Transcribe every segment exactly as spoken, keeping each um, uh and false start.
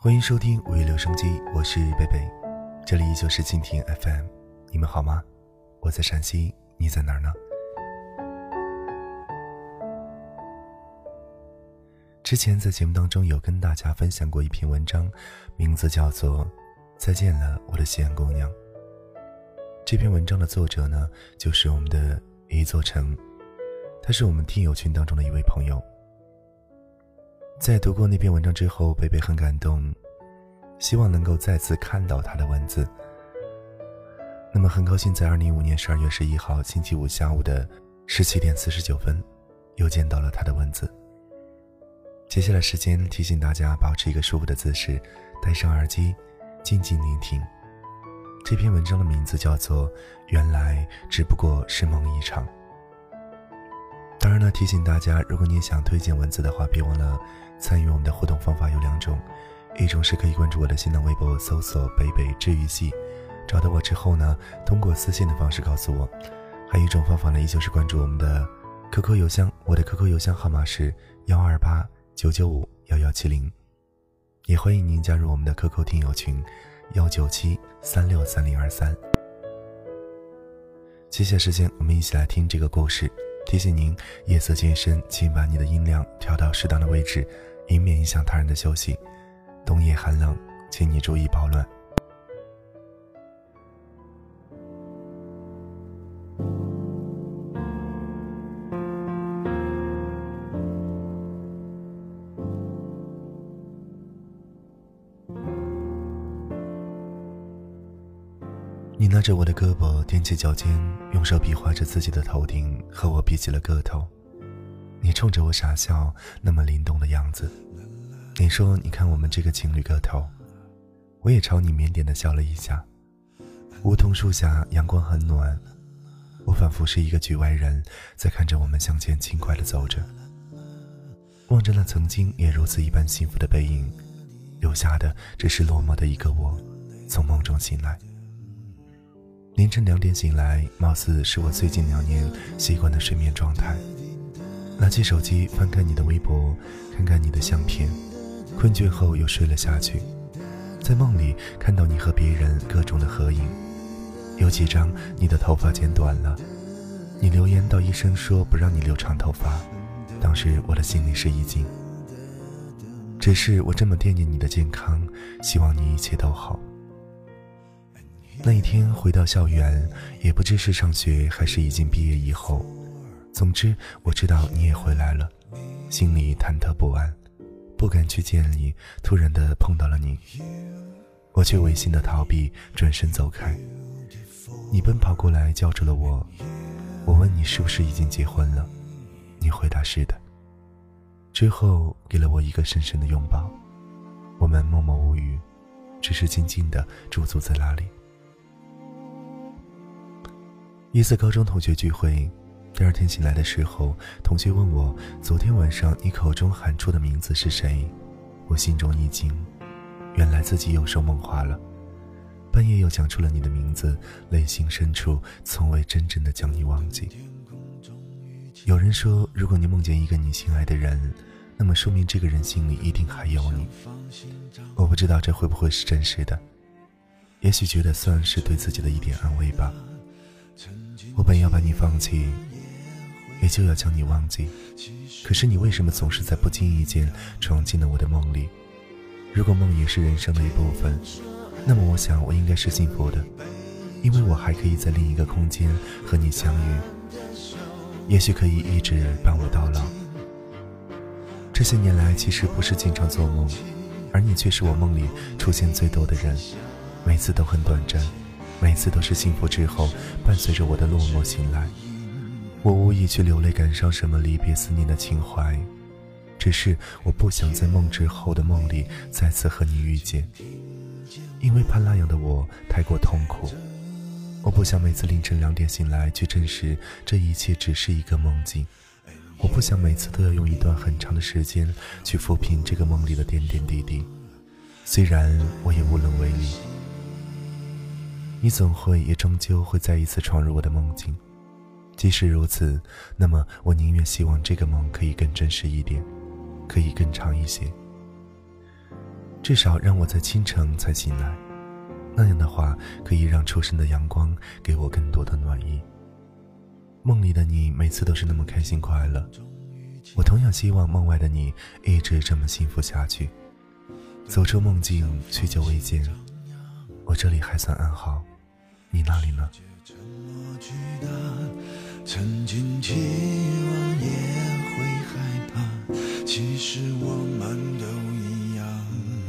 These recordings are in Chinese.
欢迎收听五一留声机，我是贝贝，这里依旧是蜻蜓 F M。 你们好吗？我在陕西，你在哪儿呢？之前在节目当中有跟大家分享过一篇文章，名字叫做再见了我的西安姑娘。这篇文章的作者呢，就是我们的一座城，他是我们听友群当中的一位朋友。在读过那篇文章之后，贝贝很感动，希望能够再次看到他的文字。那么很高兴在二零一五年十二月十一号星期五下午的十七点四十九分又见到了他的文字。接下来时间提醒大家保持一个舒服的姿势，戴上耳机静静聆听。这篇文章的名字叫做原来只不过是梦一场。当然呢，提醒大家，如果你想推荐文字的话，别忘了参与我们的互动方法有两种，一种是可以关注我的新浪微博，搜索北北治愈系，找到我之后呢，通过私信的方式告诉我。还有一种方法呢，依旧是关注我们的 Q Q 邮箱，我的 Q Q 邮箱号码是一二八九九五一一七零，也欢迎您加入我们的 Q Q 听友群一九七三六三零二三。接下来时间我们一起来听这个故事。提醒您，夜色渐深，请把你的音量调到适当的位置，以免影响他人的休息。冬夜寒冷，请你注意保暖。你拉着我的胳膊，踮起脚尖，用手比划着自己的头顶，和我比起了个头。你冲着我傻笑，那么灵动的样子。你说你看我们这个情侣个头。我也朝你腼腆地笑了一下。梧桐树下阳光很暖，我仿佛是一个局外人，在看着我们向前轻快地走着，望着那曾经也如此一般幸福的背影，留下的只是落寞的一个我从梦中醒来。凌晨两点醒来，貌似是我最近两年习惯的睡眠状态。拿起手机翻看你的微博，看看你的相片，困倦后又睡了下去。在梦里看到你和别人各种的合影，有几张你的头发剪短了，你留言到医生说不让你留长头发，当时我的心里是一惊。只是我这么惦念你的健康，希望你一切都好。那一天回到校园，也不知是上学还是已经毕业以后，总之我知道你也回来了，心里忐忑不安，不敢去见你，突然的碰到了你，我却违心的逃避，转身走开。你奔跑过来叫住了我，我问你是不是已经结婚了，你回答是的，之后给了我一个深深的拥抱。我们默默无语，只是静静的驻足在那里。一次高中同学聚会，第二天醒来的时候，同学问我昨天晚上你口中喊出的名字是谁，我心中一惊，原来自己又受梦话了。半夜又讲出了你的名字，内心深处从未真正的将你忘记。有人说，如果你梦见一个你心爱的人，那么说明这个人心里一定还有你。我不知道这会不会是真实的，也许觉得算是对自己的一点安慰吧。我本要把你放弃，也就要将你忘记，可是你为什么总是在不经意间闯进了我的梦里？如果梦也是人生的一部分，那么我想我应该是幸福的，因为我还可以在另一个空间和你相遇，也许可以一直伴我到老。这些年来其实不是经常做梦，而你却是我梦里出现最多的人，每次都很短暂，每次都是幸福之后伴随着我的落寞醒来。我无意去流泪感伤什么离别思念的情怀，只是我不想在梦之后的梦里再次和你遇见，因为怕那样的我太过痛苦。我不想每次凌晨两点醒来去证实这一切只是一个梦境，我不想每次都要用一段很长的时间去抚平这个梦里的点点滴滴，虽然我也无能为力。你总会也终究会再一次闯入我的梦境，即使如此，那么我宁愿希望这个梦可以更真实一点，可以更长一些。 至少让我在清晨才醒来，那样的话可以让初升的阳光给我更多的暖意。梦里的你每次都是那么开心快乐，我同样希望梦外的你一直这么幸福下去。走出梦境，许久未见，我这里还算安好，你那里呢？ 曾经期望也会害怕，其实我们都一样。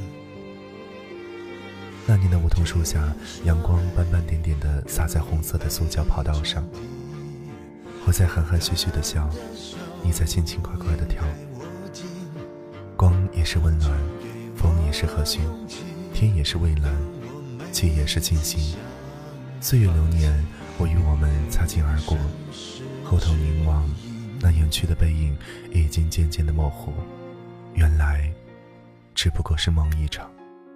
那年的梧桐树下，阳光斑斑点点地洒在红色的塑胶跑道上，我在含含蓄蓄地笑，你在轻轻快快地跳。光也是温暖，风也是和煦，天也是蔚蓝，气也是清新。岁月流年，我与我们擦肩而过，后头凝望，那远去的背影已经渐渐的模糊，原来只不过是梦一场。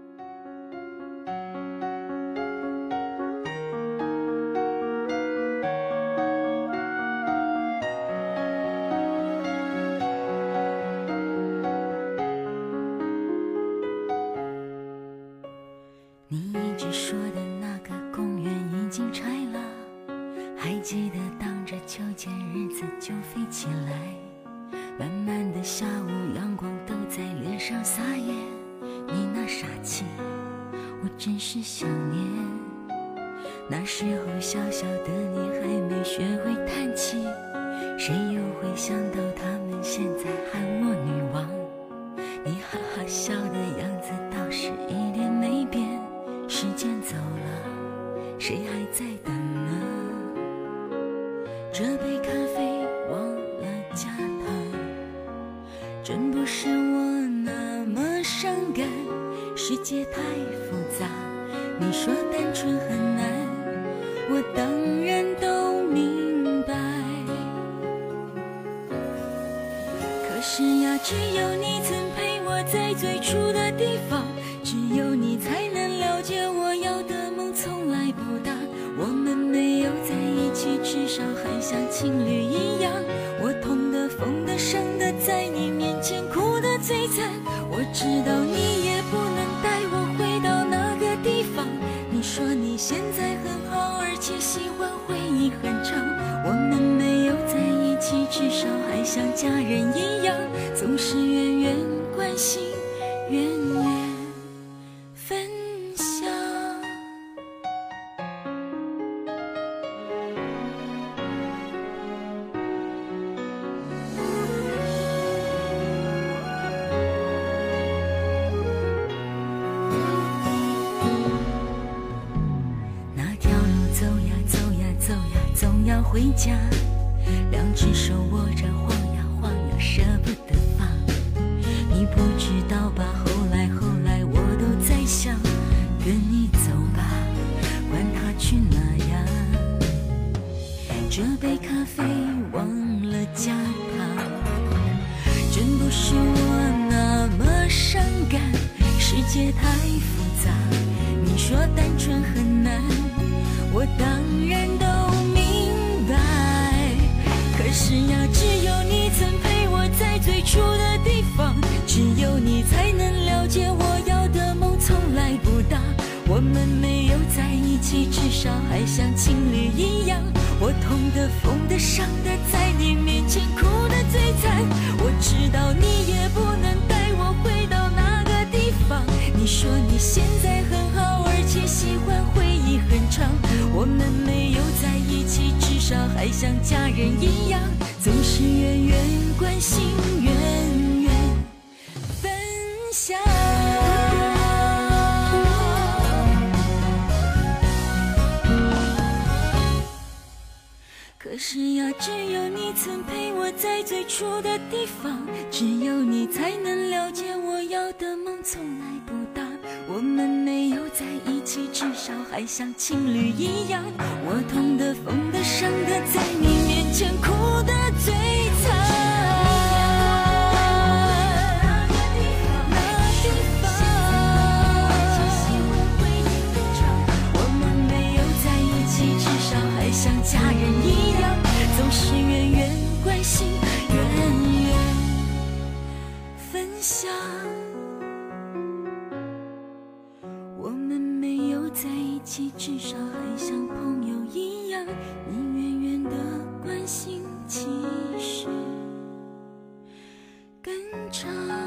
你一直说的那个公园已经拆了，还记得当着秋千日子就飞起来，慢慢的下午阳光都在脸上撒野，你那傻气我真是想念。那时候小小的你还没学会叹气，谁又会想到他们现在喊我女王。你哈哈笑的样子倒是一点没变，时间走了，谁还在等呢？这杯咖啡忘了加糖，真不是我那么伤感，世界太复杂，你说单纯很难，我当然都明白。可是呀，只有你曾陪我在最初的地方，只有你才能了解我要的梦从来不大。我们没有在一起，至少还像情侣一样，我痛的疯的伤的在你面前哭得最惨。我知道你也不能带我回到那个地方，你说你现在很好，而且喜欢回忆很长。我们没有在一起，至少还像家人一样，总是远远关心，远远分享。那条路走呀走呀走呀，总要回家，两只手握着晃呀晃呀，舍不得放。你不知道吧，后来后来我都在想，跟你走吧，管他去哪呀。这杯咖啡忘了加糖，真不是我那么伤感，世界太复杂，你说单纯很难，我当然都明白。可是呀，只有你曾陪我在最初的地方，只有你才能了解我要的梦从来不大。我们没有在一起，至少还像情侣一样，我痛的疯的伤的在你面前哭得最惨。我知道你也不能带我回到那个地方，你说你现在很好，而且喜欢回忆很长。我们没有在一起，至少还像家人一样，总是远远关心，远远分享。可是呀，只有你曾陪我在最初的地方，只有你才能了解我要的梦从来不大。我们没有在一起，至少还像情侣一样，我痛的疯的伤的在你面前哭得最惨。像家人一样，总是远远关心，远远分享。 在一起，至少还像朋友一样，你远远的关心，其实更长。